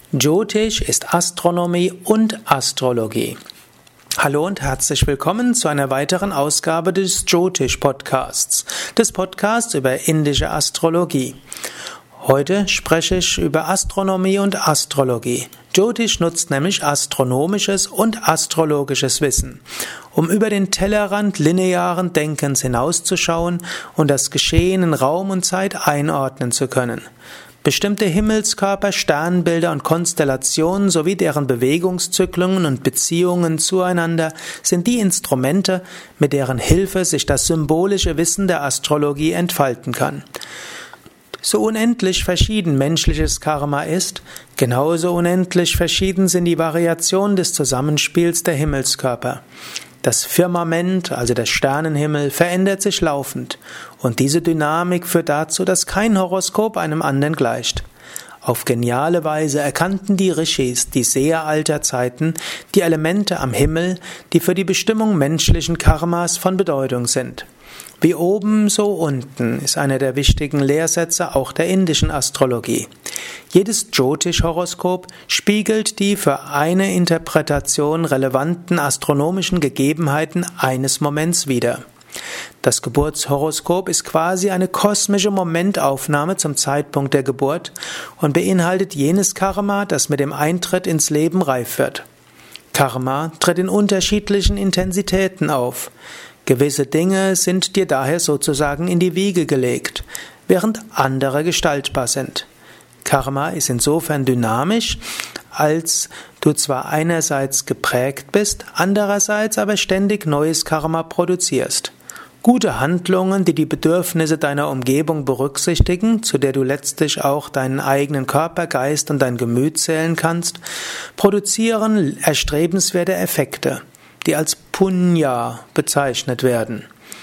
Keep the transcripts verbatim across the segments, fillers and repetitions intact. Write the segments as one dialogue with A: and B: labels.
A: Jyotish ist Astronomie und Astrologie. Hallo und herzlich willkommen zu einer weiteren Ausgabe des Jyotish Podcasts, des Podcasts über indische Astrologie. Heute spreche ich über Astronomie und Astrologie. Jyotish nutzt nämlich astronomisches und astrologisches Wissen, um über den Tellerrand linearen Denkens hinauszuschauen und das Geschehen in Raum und Zeit einordnen zu können. Bestimmte Himmelskörper, Sternbilder und Konstellationen sowie deren Bewegungszyklen und Beziehungen zueinander sind die Instrumente, mit deren Hilfe sich das symbolische Wissen der Astrologie entfalten kann. So unendlich verschieden menschliches Karma ist, genauso unendlich verschieden sind die Variationen des Zusammenspiels der Himmelskörper. Das Firmament, also der Sternenhimmel, verändert sich laufend, und diese Dynamik führt dazu, dass kein Horoskop einem anderen gleicht. Auf geniale Weise erkannten die Rishis, die Seher alter Zeiten, die Elemente am Himmel, die für die Bestimmung menschlichen Karmas von Bedeutung sind. Wie oben, so unten ist einer der wichtigen Lehrsätze auch der indischen Astrologie. Jedes Jyotish-Horoskop spiegelt die für eine Interpretation relevanten astronomischen Gegebenheiten eines Moments wider. Das Geburtshoroskop ist quasi eine kosmische Momentaufnahme zum Zeitpunkt der Geburt und beinhaltet jenes Karma, das mit dem Eintritt ins Leben reif wird. Karma tritt in unterschiedlichen Intensitäten auf. Gewisse Dinge sind dir daher sozusagen in die Wiege gelegt, während andere gestaltbar sind. Karma ist insofern dynamisch, als du zwar einerseits geprägt bist, andererseits aber ständig neues Karma produzierst. Gute Handlungen, die die Bedürfnisse deiner Umgebung berücksichtigen, zu der du letztlich auch deinen eigenen Körper, Geist und dein Gemüt zählen kannst, produzieren erstrebenswerte Effekte, die als Punya bezeichnet werden.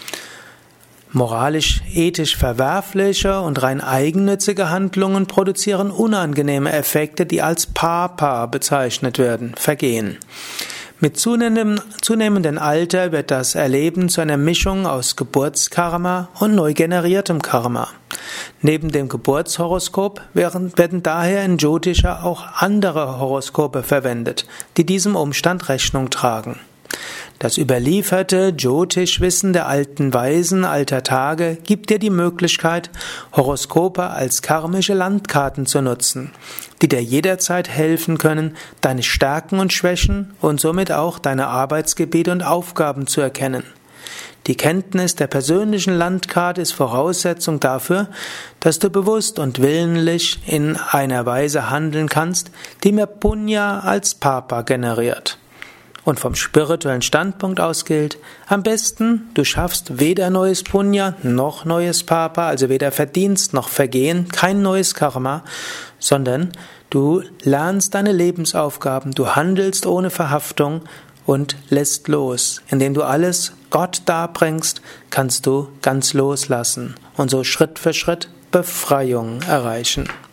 A: Moralisch-ethisch verwerfliche und rein eigennützige Handlungen produzieren unangenehme Effekte, die als Papa bezeichnet werden, Vergehen. Mit zunehmendem, zunehmendem Alter wird das Erleben zu einer Mischung aus Geburtskarma und neu generiertem Karma. Neben dem Geburtshoroskop werden, werden daher in Jyotisha auch andere Horoskope verwendet, die diesem Umstand Rechnung tragen. Das überlieferte Jyotish-Wissen der alten Weisen alter Tage gibt dir die Möglichkeit, Horoskope als karmische Landkarten zu nutzen, die dir jederzeit helfen können, deine Stärken und Schwächen und somit auch deine Arbeitsgebiete und Aufgaben zu erkennen. Die Kenntnis der persönlichen Landkarte ist Voraussetzung dafür, dass du bewusst und willentlich in einer Weise handeln kannst, die mehr Punya als Papa generiert. Und vom spirituellen Standpunkt aus gilt, am besten, du schaffst weder neues Punya noch neues Papa, also weder Verdienst noch Vergehen, kein neues Karma, sondern du lernst deine Lebensaufgaben, du handelst ohne Verhaftung und lässt los. Indem du alles Gott darbringst, kannst du ganz loslassen und so Schritt für Schritt Befreiung erreichen.